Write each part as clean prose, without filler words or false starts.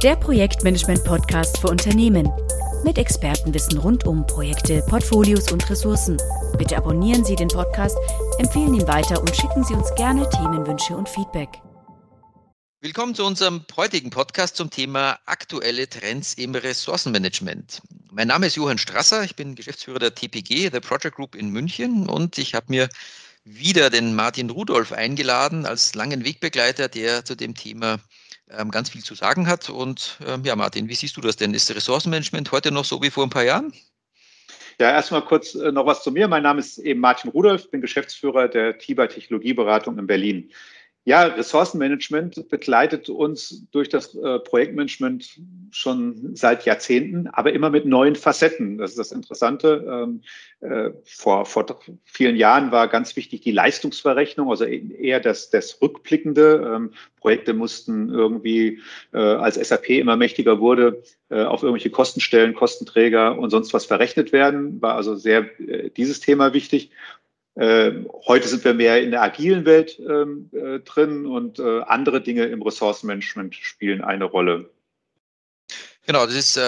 Der Projektmanagement-Podcast für Unternehmen. Mit Expertenwissen rund um Projekte, Portfolios und Ressourcen. Bitte abonnieren Sie den Podcast, empfehlen ihn weiter und schicken Sie uns gerne Themenwünsche und Feedback. Willkommen zu unserem heutigen Podcast zum Thema aktuelle Trends im Ressourcenmanagement. Mein Name ist Johann Strasser, ich bin Geschäftsführer der TPG, der Project Group in München, und ich habe mir wieder den Martin Rudolph eingeladen als langen Wegbegleiter, der zu dem Thema ganz viel zu sagen hat. Und ja, Martin, wie siehst du das denn? Ist Ressourcenmanagement heute noch so wie vor ein paar Jahren? Ja, erstmal kurz noch was zu mir. Mein Name ist eben Martin Rudolph, bin Geschäftsführer der TIBA Technologieberatung in Berlin. Ja, Ressourcenmanagement begleitet uns durch das Projektmanagement schon seit Jahrzehnten, aber immer mit neuen Facetten. Das ist das Interessante. Vor vielen Jahren war ganz wichtig die Leistungsverrechnung, also eher das Rückblickende. Projekte mussten irgendwie, als SAP immer mächtiger wurde, auf irgendwelche Kostenstellen, Kostenträger und sonst was verrechnet werden. War also sehr dieses Thema wichtig. Heute sind wir mehr in der agilen Welt drin und andere Dinge im Ressourcenmanagement spielen eine Rolle. Genau, das ist,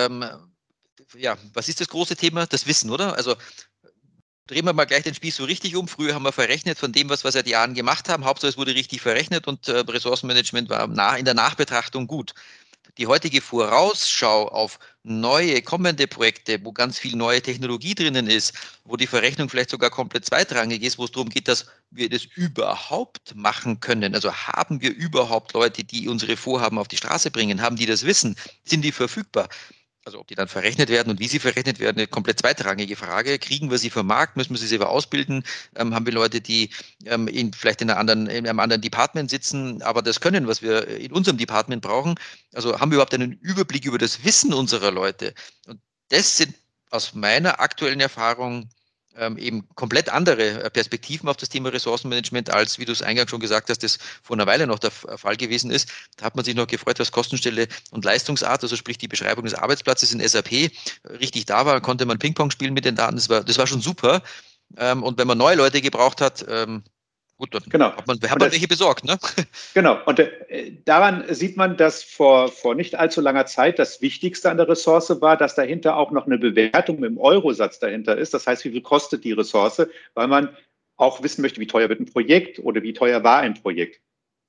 was ist das große Thema? Das Wissen, oder? Also drehen wir mal gleich den Spieß so richtig um. Früher haben wir verrechnet von dem, was wir seit Jahren gemacht haben. Hauptsache es wurde richtig verrechnet und Ressourcenmanagement war in der Nachbetrachtung gut. Die heutige Vorausschau auf neue, kommende Projekte, wo ganz viel neue Technologie drinnen ist, wo die Verrechnung vielleicht sogar komplett zweitrangig ist, wo es darum geht, dass wir das überhaupt machen können. Also haben wir überhaupt Leute, die unsere Vorhaben auf die Straße bringen? Haben die das Wissen? Sind die verfügbar? Also ob die dann verrechnet werden und wie sie verrechnet werden, eine komplett zweitrangige Frage. Kriegen wir sie vom Markt? Müssen wir sie selber ausbilden? Haben wir Leute, die vielleicht in einem anderen Department sitzen, aber das können, was wir in unserem Department brauchen? Also haben wir überhaupt einen Überblick über das Wissen unserer Leute? Und das sind aus meiner aktuellen Erfahrung eben komplett andere Perspektiven auf das Thema Ressourcenmanagement, als, wie du es eingangs schon gesagt hast, das vor einer Weile noch der Fall gewesen ist. Da hat man sich noch gefreut, was Kostenstelle und Leistungsart, also sprich die Beschreibung des Arbeitsplatzes in SAP, richtig da war, konnte man Ping-Pong spielen mit den Daten, das war schon super. Und wenn man neue Leute gebraucht hat, gut, dann genau. hat man welche besorgt, ne? Genau. Und daran sieht man, dass vor nicht allzu langer Zeit das Wichtigste an der Ressource war, dass dahinter auch noch eine Bewertung im Eurosatz dahinter ist. Das heißt, wie viel kostet die Ressource, weil man auch wissen möchte, wie teuer wird ein Projekt oder wie teuer war ein Projekt.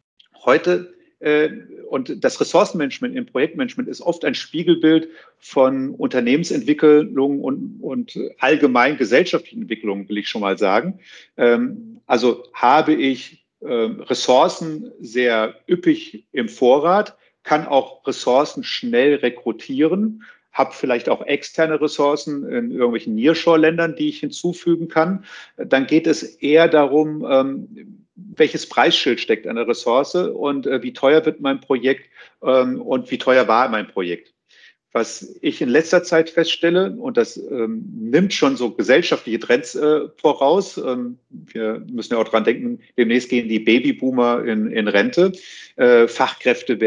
Heute und das Ressourcenmanagement im Projektmanagement ist oft ein Spiegelbild von Unternehmensentwicklung und allgemein gesellschaftlichen Entwicklungen, will ich schon mal sagen. Also habe ich Ressourcen sehr üppig im Vorrat, kann auch Ressourcen schnell rekrutieren, habe vielleicht auch externe Ressourcen in irgendwelchen Nearshore-Ländern, die ich hinzufügen kann. Dann geht es eher darum, welches Preisschild steckt an der Ressource und wie teuer wird mein Projekt und wie teuer war mein Projekt. Was ich in letzter Zeit feststelle, und das nimmt schon so gesellschaftliche Trends voraus, wir müssen ja auch dran denken, demnächst gehen die Babyboomer in Rente, Fachkräfte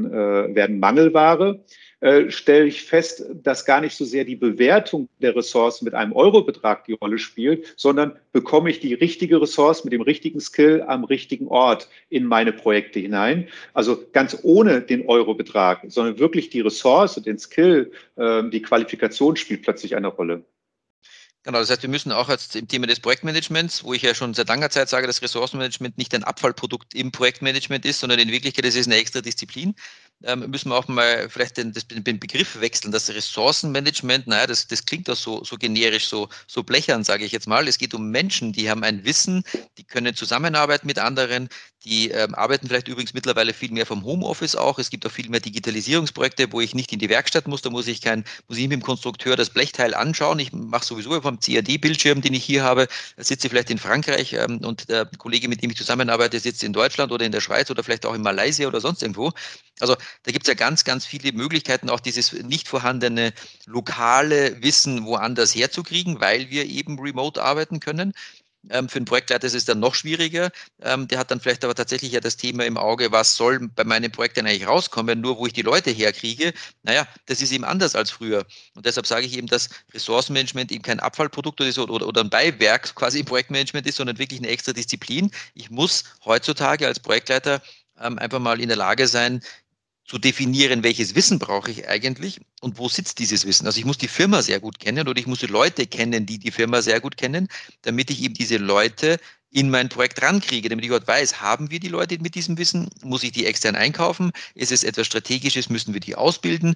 werden Mangelware, stelle ich fest, dass gar nicht so sehr die Bewertung der Ressourcen mit einem Eurobetrag die Rolle spielt, sondern bekomme ich die richtige Ressource mit dem richtigen Skill am richtigen Ort in meine Projekte hinein. Also ganz ohne den Eurobetrag, sondern wirklich die Ressource, den Skill, die Qualifikation spielt plötzlich eine Rolle. Genau, das heißt, wir müssen auch jetzt im Thema des Projektmanagements, wo ich ja schon seit langer Zeit sage, dass Ressourcenmanagement nicht ein Abfallprodukt im Projektmanagement ist, sondern in Wirklichkeit ist es eine extra Disziplin, müssen wir auch mal vielleicht den Begriff wechseln. Das Ressourcenmanagement, naja, das klingt doch so generisch, so blechern, sage ich jetzt mal. Es geht um Menschen, die haben ein Wissen, die können zusammenarbeiten mit anderen, die arbeiten vielleicht übrigens mittlerweile viel mehr vom Homeoffice auch. Es gibt auch viel mehr Digitalisierungsprojekte, wo ich nicht in die Werkstatt muss, da muss ich mit dem Konstrukteur das Blechteil anschauen. Ich mache sowieso vom CAD-Bildschirm, den ich hier habe, sitze ich vielleicht in Frankreich und der Kollege, mit dem ich zusammenarbeite, sitzt in Deutschland oder in der Schweiz oder vielleicht auch in Malaysia oder sonst irgendwo. Also da gibt es ja ganz, ganz viele Möglichkeiten, auch dieses nicht vorhandene lokale Wissen woanders herzukriegen, weil wir eben remote arbeiten können. Für einen Projektleiter ist es dann noch schwieriger. Der hat dann vielleicht aber tatsächlich ja das Thema im Auge, was soll bei meinem Projekt denn eigentlich rauskommen, nur wo ich die Leute herkriege. Naja, das ist eben anders als früher. Und deshalb sage ich eben, dass Ressourcenmanagement eben kein Abfallprodukt ist oder ein Beiwerk quasi im Projektmanagement ist, sondern wirklich eine extra Disziplin. Ich muss heutzutage als Projektleiter einfach mal in der Lage sein, zu definieren, welches Wissen brauche ich eigentlich und wo sitzt dieses Wissen. Also ich muss die Firma sehr gut kennen oder ich muss die Leute kennen, die die Firma sehr gut kennen, damit ich eben diese Leute in mein Projekt rankriege, damit ich dort weiß, haben wir die Leute mit diesem Wissen, muss ich die extern einkaufen, ist es etwas Strategisches, müssen wir die ausbilden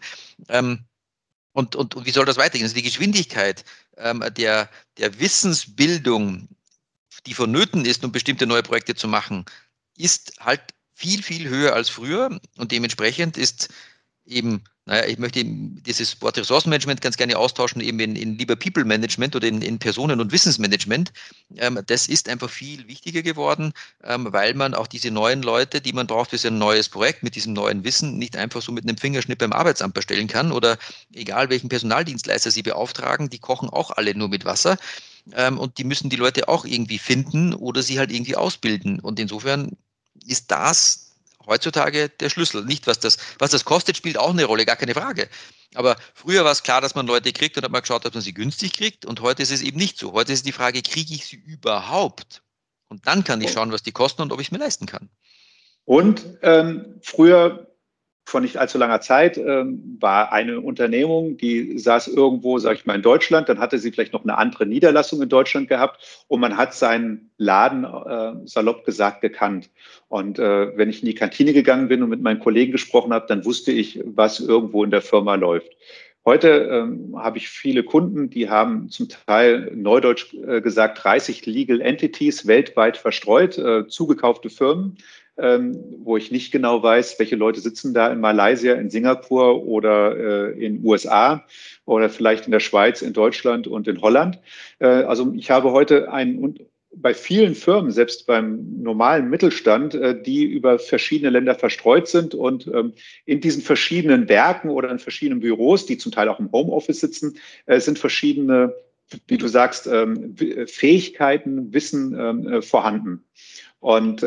und wie soll das weitergehen? Also die Geschwindigkeit der Wissensbildung, die vonnöten ist, um bestimmte neue Projekte zu machen, ist halt viel, viel höher als früher und dementsprechend ist eben, ich möchte eben dieses Wort Ressourcenmanagement ganz gerne austauschen, eben in lieber People Management oder in Personen- und Wissensmanagement. Das ist einfach viel wichtiger geworden, weil man auch diese neuen Leute, die man braucht für sein neues Projekt mit diesem neuen Wissen, nicht einfach so mit einem Fingerschnipp beim Arbeitsamt bestellen kann oder egal welchen Personaldienstleister sie beauftragen, die kochen auch alle nur mit Wasser. Und die müssen die Leute auch irgendwie finden oder sie halt irgendwie ausbilden. Und insofern ist das heutzutage der Schlüssel. Nicht, was das kostet, spielt auch eine Rolle, gar keine Frage. Aber früher war es klar, dass man Leute kriegt und hat man geschaut, dass man sie günstig kriegt. Und heute ist es eben nicht so. Heute ist die Frage, kriege ich sie überhaupt? Und dann kann ich schauen, was die kosten und ob ich es mir leisten kann. Und früher, vor nicht allzu langer Zeit, war eine Unternehmung, die saß irgendwo, sage ich mal, in Deutschland. Dann hatte sie vielleicht noch eine andere Niederlassung in Deutschland gehabt und man hat seinen Laden, salopp gesagt, gekannt. Und wenn ich in die Kantine gegangen bin und mit meinen Kollegen gesprochen habe, dann wusste ich, was irgendwo in der Firma läuft. Heute habe ich viele Kunden, die haben zum Teil neudeutsch gesagt 30 Legal Entities weltweit verstreut, zugekaufte Firmen, wo ich nicht genau weiß, welche Leute sitzen da in Malaysia, in Singapur oder in USA oder vielleicht in der Schweiz, in Deutschland und in Holland. Also ich habe heute bei vielen Firmen, selbst beim normalen Mittelstand, die über verschiedene Länder verstreut sind und in diesen verschiedenen Werken oder in verschiedenen Büros, die zum Teil auch im Homeoffice sitzen, sind verschiedene, wie du sagst, Fähigkeiten, Wissen vorhanden. Und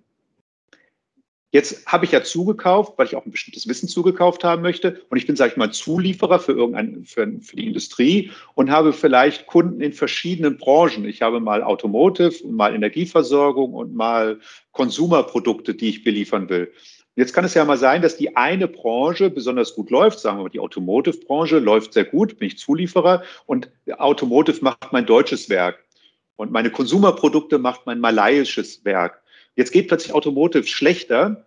jetzt habe ich ja zugekauft, weil ich auch ein bestimmtes Wissen zugekauft haben möchte. Und ich bin, sage ich mal, Zulieferer für die Industrie und habe vielleicht Kunden in verschiedenen Branchen. Ich habe mal Automotive, mal Energieversorgung und mal Konsumerprodukte, die ich beliefern will. Jetzt kann es ja mal sein, dass die eine Branche besonders gut läuft. Sagen wir mal, die Automotive-Branche läuft sehr gut, bin ich Zulieferer und Automotive macht mein deutsches Werk. Und meine Konsumerprodukte macht mein malaiisches Werk. Jetzt geht plötzlich Automotive schlechter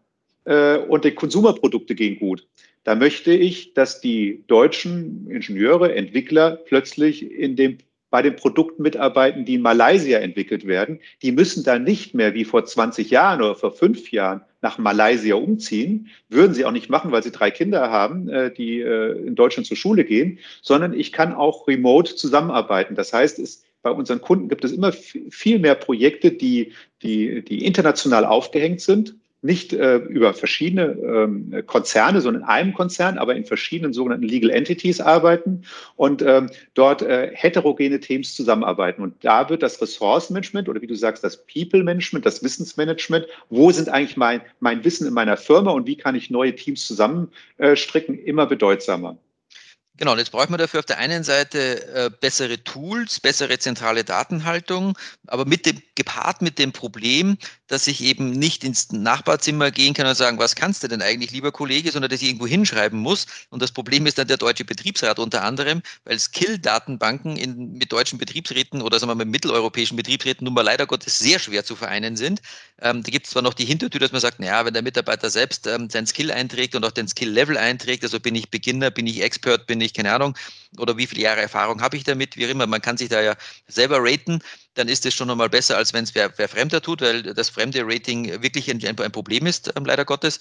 und die Konsumerprodukte gehen gut. Da möchte ich, dass die deutschen Ingenieure, Entwickler plötzlich bei den Produkten mitarbeiten, die in Malaysia entwickelt werden. Die müssen dann nicht mehr wie vor 20 Jahren oder vor 5 Jahren nach Malaysia umziehen. Würden sie auch nicht machen, weil sie 3 Kinder haben, die in Deutschland zur Schule gehen, sondern ich kann auch remote zusammenarbeiten. Das heißt, bei unseren Kunden gibt es immer viel mehr Projekte, die international aufgehängt sind, nicht über verschiedene Konzerne, sondern in einem Konzern, aber in verschiedenen sogenannten Legal Entities arbeiten und dort heterogene Teams zusammenarbeiten. Und da wird das Ressourcenmanagement oder wie du sagst, das People Management, das Wissensmanagement, wo sind eigentlich mein Wissen in meiner Firma und wie kann ich neue Teams zusammenstricken, immer bedeutsamer. Genau, und jetzt braucht man dafür auf der einen Seite bessere Tools, bessere zentrale Datenhaltung, aber gepaart mit dem Problem, dass ich eben nicht ins Nachbarzimmer gehen kann und sagen, was kannst du denn eigentlich, lieber Kollege, sondern dass ich irgendwo hinschreiben muss. Und das Problem ist dann der deutsche Betriebsrat unter anderem, weil Skill-Datenbanken mit deutschen Betriebsräten oder sagen wir mal mit mitteleuropäischen Betriebsräten nun mal leider Gottes sehr schwer zu vereinen sind. Da gibt es zwar noch die Hintertür, dass man sagt, naja, wenn der Mitarbeiter selbst sein Skill einträgt und auch den Skill-Level einträgt, also bin ich Beginner, bin ich Expert, bin ich keine Ahnung, oder wie viele Jahre Erfahrung habe ich damit, wie immer, man kann sich da ja selber raten, dann ist es schon nochmal besser, als wenn es wer Fremder tut, weil das fremde Rating wirklich ein Problem ist, leider Gottes.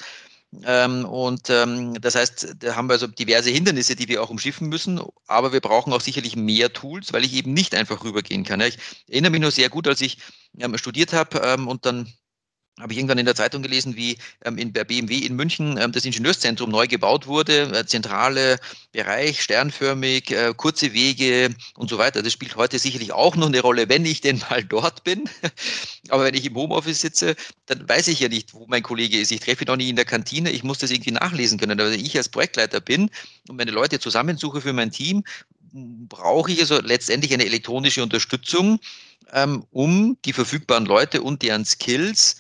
Das heißt, da haben wir also diverse Hindernisse, die wir auch umschiffen müssen, aber wir brauchen auch sicherlich mehr Tools, weil ich eben nicht einfach rübergehen kann. Ich erinnere mich nur sehr gut, als ich studiert habe und dann habe ich irgendwann in der Zeitung gelesen, wie bei BMW in München das Ingenieurszentrum neu gebaut wurde, zentrale Bereich, sternförmig, kurze Wege und so weiter. Das spielt heute sicherlich auch noch eine Rolle, wenn ich denn mal dort bin. Aber wenn ich im Homeoffice sitze, dann weiß ich ja nicht, wo mein Kollege ist. Ich treffe ihn auch nicht in der Kantine. Ich muss das irgendwie nachlesen können. Aber wenn ich als Projektleiter bin und meine Leute zusammensuche für mein Team, brauche ich also letztendlich eine elektronische Unterstützung, um die verfügbaren Leute und deren Skills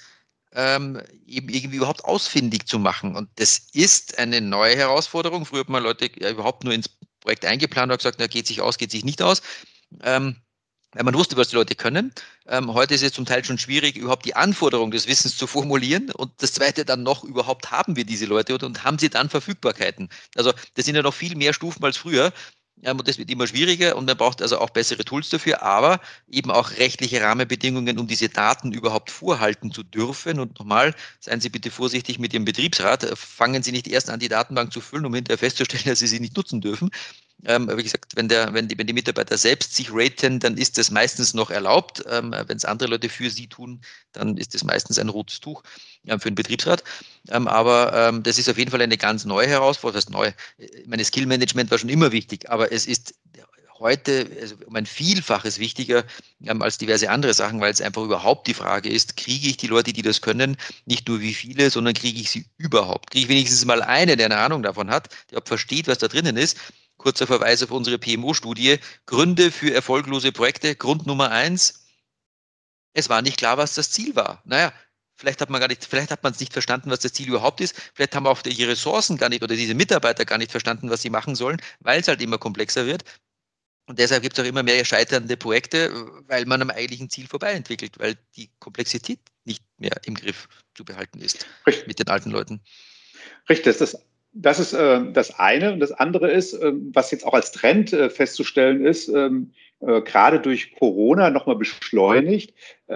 eben irgendwie überhaupt ausfindig zu machen. Und das ist eine neue Herausforderung. Früher hat man Leute ja überhaupt nur ins Projekt eingeplant und gesagt, na, geht sich aus, geht sich nicht aus. Weil man wusste, was die Leute können. Heute ist es zum Teil schon schwierig, überhaupt die Anforderung des Wissens zu formulieren. Und das Zweite dann noch, überhaupt haben wir diese Leute und haben sie dann Verfügbarkeiten. Also das sind ja noch viel mehr Stufen als früher. Und das wird immer schwieriger und man braucht also auch bessere Tools dafür, aber eben auch rechtliche Rahmenbedingungen, um diese Daten überhaupt vorhalten zu dürfen. Und nochmal, seien Sie bitte vorsichtig mit Ihrem Betriebsrat. Fangen Sie nicht erst an, die Datenbank zu füllen, um hinterher festzustellen, dass Sie sie nicht nutzen dürfen. Wie gesagt, wenn die Mitarbeiter selbst sich raten, dann ist das meistens noch erlaubt. Wenn es andere Leute für sie tun, dann ist das meistens ein rotes Tuch für den Betriebsrat. Aber das ist auf jeden Fall eine ganz neue Herausforderung. Das heißt neu. Meine Skill-Management war schon immer wichtig, aber es ist heute um ein Vielfaches wichtiger als diverse andere Sachen, weil es einfach überhaupt die Frage ist, kriege ich die Leute, die das können, nicht nur wie viele, sondern kriege ich sie überhaupt? Kriege ich wenigstens mal eine, der eine Ahnung davon hat, der auch versteht, was da drinnen ist? Kurzer Verweis auf unsere PMO-Studie. Gründe für erfolglose Projekte. Grund Nummer 1, es war nicht klar, was das Ziel war. Naja, vielleicht hat man es nicht verstanden, was das Ziel überhaupt ist. Vielleicht haben auch die Ressourcen gar nicht oder diese Mitarbeiter gar nicht verstanden, was sie machen sollen, weil es halt immer komplexer wird. Und deshalb gibt es auch immer mehr scheiternde Projekte, weil man am eigentlichen Ziel vorbei entwickelt, weil die Komplexität nicht mehr im Griff zu behalten ist. Richtig. Mit den alten Leuten. Richtig, das ist das eine. Und das andere ist, was jetzt auch als Trend festzustellen ist, gerade durch Corona nochmal beschleunigt,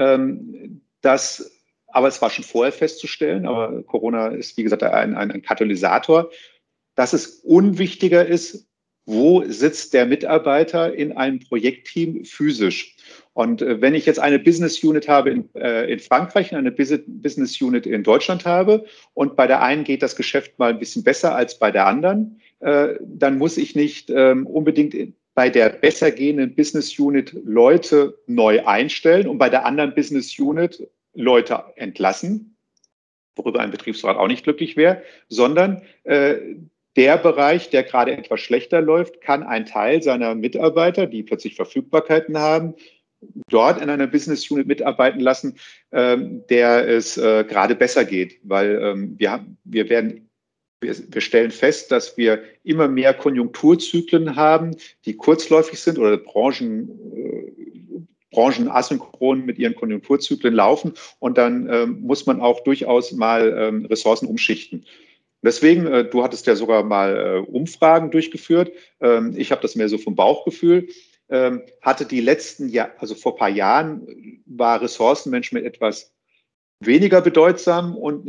dass, aber es war schon vorher festzustellen, aber Corona ist, wie gesagt, ein Katalysator, dass es unwichtiger ist, wo sitzt der Mitarbeiter in einem Projektteam physisch. Und wenn ich jetzt eine Business Unit habe in Frankreich und eine Business Unit in Deutschland habe und bei der einen geht das Geschäft mal ein bisschen besser als bei der anderen, dann muss ich nicht unbedingt bei der besser gehenden Business Unit Leute neu einstellen und bei der anderen Business Unit Leute entlassen, worüber ein Betriebsrat auch nicht glücklich wäre, sondern der Bereich, der gerade etwas schlechter läuft, kann einen Teil seiner Mitarbeiter, die plötzlich Verfügbarkeiten haben, dort in einer Business Unit mitarbeiten lassen, der es gerade besser geht, weil wir stellen fest, dass wir immer mehr Konjunkturzyklen haben, die kurzläufig sind oder Branchen asynchron mit ihren Konjunkturzyklen laufen und dann muss man auch durchaus mal Ressourcen umschichten. Deswegen, du hattest ja sogar mal Umfragen durchgeführt. Ich habe das mehr so vom Bauchgefühl. Hatte die letzten Jahre, also vor ein paar Jahren, war Ressourcenmanagement etwas weniger bedeutsam und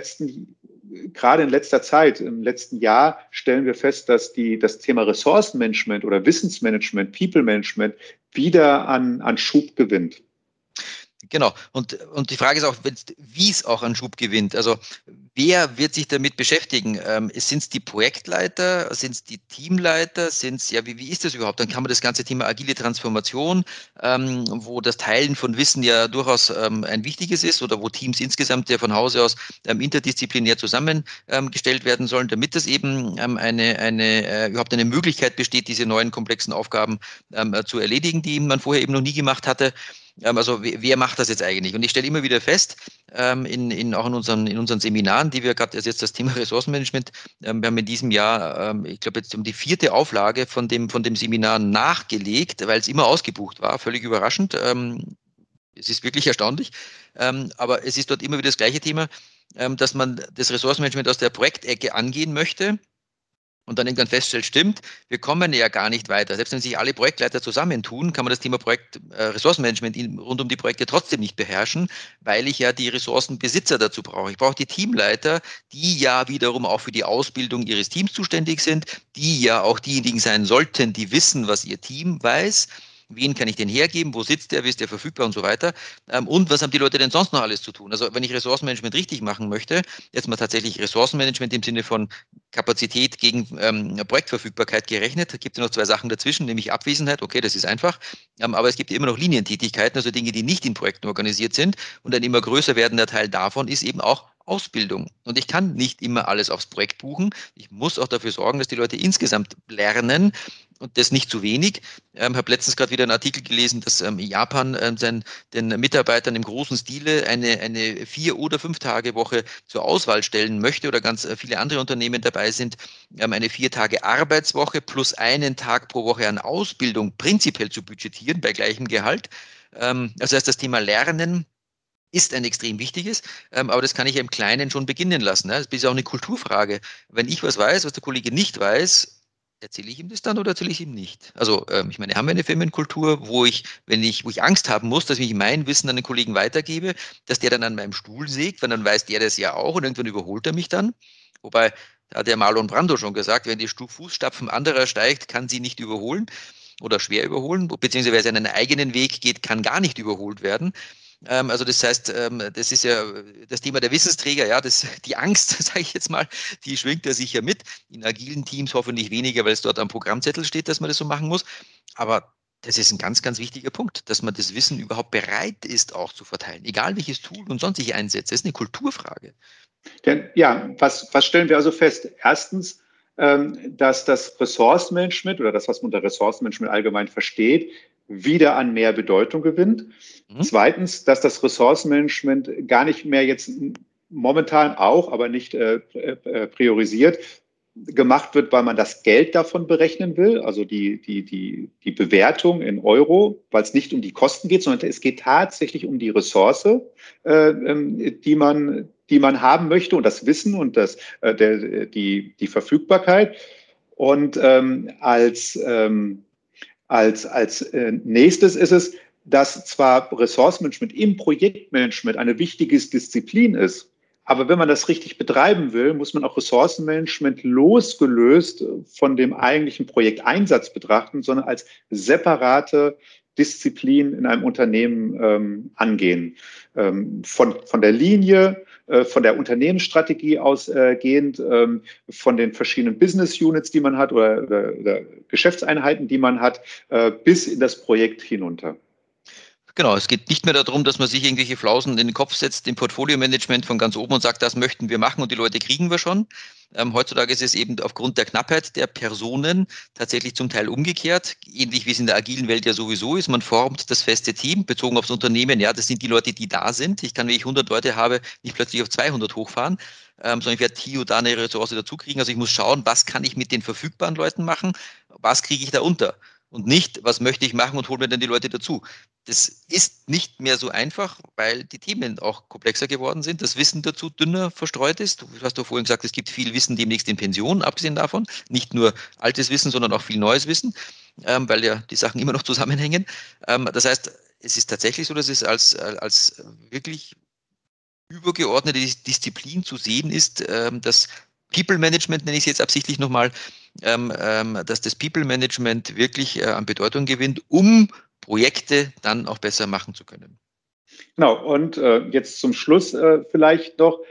gerade in letzter Zeit, im letzten Jahr, stellen wir fest, dass das Thema Ressourcenmanagement oder Wissensmanagement, People Management wieder an Schub gewinnt. Genau. Und die Frage ist auch, wie es auch an Schub gewinnt. Also wer wird sich damit beschäftigen? Sind es die Projektleiter? Sind es die Teamleiter? Wie ist das überhaupt? Dann kann man das ganze Thema agile Transformation, wo das Teilen von Wissen ja durchaus ein wichtiges ist oder wo Teams insgesamt ja von Hause aus interdisziplinär zusammengestellt werden sollen, damit das eben überhaupt eine Möglichkeit besteht, diese neuen komplexen Aufgaben zu erledigen, die man vorher eben noch nie gemacht hatte. Also wer macht das jetzt eigentlich? Und ich stelle immer wieder fest, auch in unseren Seminaren, die wir gerade jetzt das Thema Ressourcenmanagement, wir haben in diesem Jahr, ich glaube jetzt um die 4. Auflage von dem Seminar nachgelegt, weil es immer ausgebucht war, völlig überraschend. Es ist wirklich erstaunlich, aber es ist dort immer wieder das gleiche Thema, dass man das Ressourcenmanagement aus der Projektecke angehen möchte. Und dann irgendwann feststellt, stimmt, wir kommen ja gar nicht weiter. Selbst wenn sich alle Projektleiter zusammentun, kann man das Thema Ressourcenmanagement rund um die Projekte trotzdem nicht beherrschen, weil ich ja die Ressourcenbesitzer dazu brauche. Ich brauche die Teamleiter, die ja wiederum auch für die Ausbildung ihres Teams zuständig sind, die ja auch diejenigen sein sollten, die wissen, was ihr Team weiß. Wen kann ich denn hergeben? Wo sitzt der? Wie ist der verfügbar und so weiter? Und was haben die Leute denn sonst noch alles zu tun? Also wenn ich Ressourcenmanagement richtig machen möchte, jetzt mal tatsächlich Ressourcenmanagement im Sinne von Kapazität gegen Projektverfügbarkeit gerechnet, da gibt es noch 2 Sachen dazwischen, nämlich Abwesenheit, okay, das ist einfach, aber es gibt immer noch Linientätigkeiten, also Dinge, die nicht in Projekten organisiert sind und ein immer größer werdender Teil davon ist eben auch Ausbildung. Und ich kann nicht immer alles aufs Projekt buchen. Ich muss auch dafür sorgen, dass die Leute insgesamt lernen und das nicht zu wenig. Ich habe letztens gerade wieder einen Artikel gelesen, dass Japan den Mitarbeitern im großen Stile eine 4- oder 5-Tage-Woche zur Auswahl stellen möchte oder ganz viele andere Unternehmen dabei sind, eine 4-Tage-Arbeitswoche plus einen Tag pro Woche an Ausbildung prinzipiell zu budgetieren bei gleichem Gehalt. Das heißt, das Thema Lernen ist ein extrem wichtiges, aber das kann ich im Kleinen schon beginnen lassen. Das ist auch eine Kulturfrage. Wenn ich was weiß, was der Kollege nicht weiß, erzähle ich ihm das dann oder erzähle ich ihm nicht? Also ich meine, haben wir eine Firmenkultur, wo ich Angst haben muss, dass ich mein Wissen an den Kollegen weitergebe, dass der dann an meinem Stuhl sägt, weil dann weiß der das ja auch und irgendwann überholt er mich dann. Wobei, da hat der Marlon Brando schon gesagt, wenn die Fußstapfen anderer steigt, kann sie nicht überholen oder schwer überholen, beziehungsweise wer seinen eigenen Weg geht, kann gar nicht überholt werden. Also das heißt, das ist ja das Thema der Wissensträger, ja, die Angst, sage ich jetzt mal, die schwingt ja sicher mit. In agilen Teams hoffentlich weniger, weil es dort am Programmzettel steht, dass man das so machen muss. Aber das ist ein ganz, ganz wichtiger Punkt, dass man das Wissen überhaupt bereit ist, auch zu verteilen. Egal welches Tool und sonst ich einsetze. Das ist eine Kulturfrage. Ja, was stellen wir also fest? Erstens, dass das Ressourcenmanagement oder das, was man unter Ressourcenmanagement allgemein versteht, wieder an mehr Bedeutung gewinnt. Zweitens, dass das Ressourcenmanagement gar nicht mehr jetzt momentan auch, aber nicht priorisiert gemacht wird, weil man das Geld davon berechnen will, also die Bewertung in Euro, weil es nicht um die Kosten geht, sondern es geht tatsächlich um die Ressource, die man haben möchte und das Wissen und die Verfügbarkeit. Und als nächstes ist es, dass zwar Ressourcenmanagement im Projektmanagement eine wichtige Disziplin ist, aber wenn man das richtig betreiben will, muss man auch Ressourcenmanagement losgelöst von dem eigentlichen Projekteinsatz betrachten, sondern als separate Disziplin in einem Unternehmen angehen. Von der Linie, von der Unternehmensstrategie ausgehend, von den verschiedenen Business Units, die man hat oder Geschäftseinheiten, die man hat, bis in das Projekt hinunter. Genau, es geht nicht mehr darum, dass man sich irgendwelche Flausen in den Kopf setzt im Portfolio-Management von ganz oben und sagt, das möchten wir machen und die Leute kriegen wir schon. Heutzutage ist es eben aufgrund der Knappheit der Personen tatsächlich zum Teil umgekehrt, ähnlich wie es in der agilen Welt ja sowieso ist. Man formt das feste Team, bezogen aufs Unternehmen. Ja, das sind die Leute, die da sind. Ich kann, wenn ich 100 Leute habe, nicht plötzlich auf 200 hochfahren, sondern ich werde hier und da eine Ressource dazu kriegen. Also ich muss schauen, was kann ich mit den verfügbaren Leuten machen, was kriege ich da unter. Und nicht, was möchte ich machen und hole mir dann die Leute dazu. Das ist nicht mehr so einfach, weil die Themen auch komplexer geworden sind, das Wissen dazu dünner verstreut ist. Du hast doch vorhin gesagt, es gibt viel Wissen demnächst in Pension, abgesehen davon. Nicht nur altes Wissen, sondern auch viel neues Wissen, weil ja die Sachen immer noch zusammenhängen. Das heißt, es ist tatsächlich so, dass es als wirklich übergeordnete Disziplin zu sehen ist, dass People Management, nenne ich es jetzt absichtlich nochmal, dass das People Management wirklich an Bedeutung gewinnt, um Projekte dann auch besser machen zu können. Genau, und jetzt zum Schluss vielleicht noch,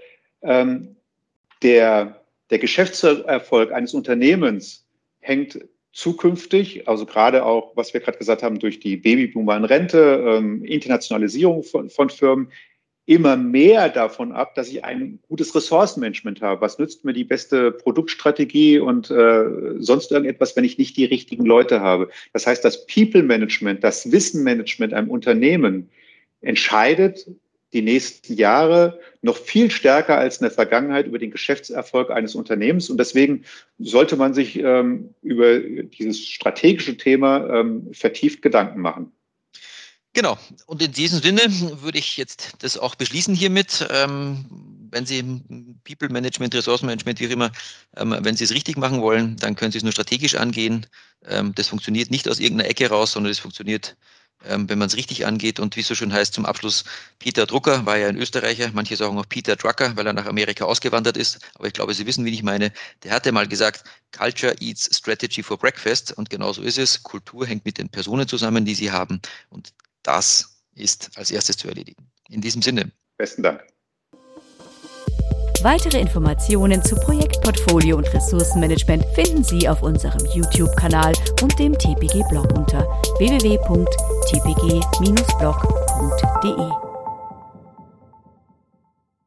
der Geschäftserfolg eines Unternehmens hängt zukünftig, also gerade auch, was wir gerade gesagt haben, durch die Babyboomer in Rente, Internationalisierung von Firmen, immer mehr davon ab, dass ich ein gutes Ressourcenmanagement habe. Was nützt mir die beste Produktstrategie und sonst irgendetwas, wenn ich nicht die richtigen Leute habe? Das heißt, das People-Management, das Wissenmanagement einem Unternehmen entscheidet die nächsten Jahre noch viel stärker als in der Vergangenheit über den Geschäftserfolg eines Unternehmens. Und deswegen sollte man sich über dieses strategische Thema vertieft Gedanken machen. Genau. Und in diesem Sinne würde ich jetzt das auch beschließen hiermit. Wenn Sie People Management, Ressourcenmanagement, wie auch immer, wenn Sie es richtig machen wollen, dann können Sie es nur strategisch angehen. Das funktioniert nicht aus irgendeiner Ecke raus, sondern es funktioniert, wenn man es richtig angeht. Und wie es so schön heißt, zum Abschluss, Peter Drucker war ja ein Österreicher, manche sagen auch Peter Drucker, weil er nach Amerika ausgewandert ist. Aber ich glaube, Sie wissen, wie ich meine. Der hatte mal gesagt, Culture eats strategy for breakfast. Und genau so ist es. Kultur hängt mit den Personen zusammen, die Sie haben. Und das ist als erstes zu erledigen. In diesem Sinne. Besten Dank. Weitere Informationen zu Projektportfolio und Ressourcenmanagement finden Sie auf unserem YouTube-Kanal und dem TPG-Blog unter www.tpg-blog.de.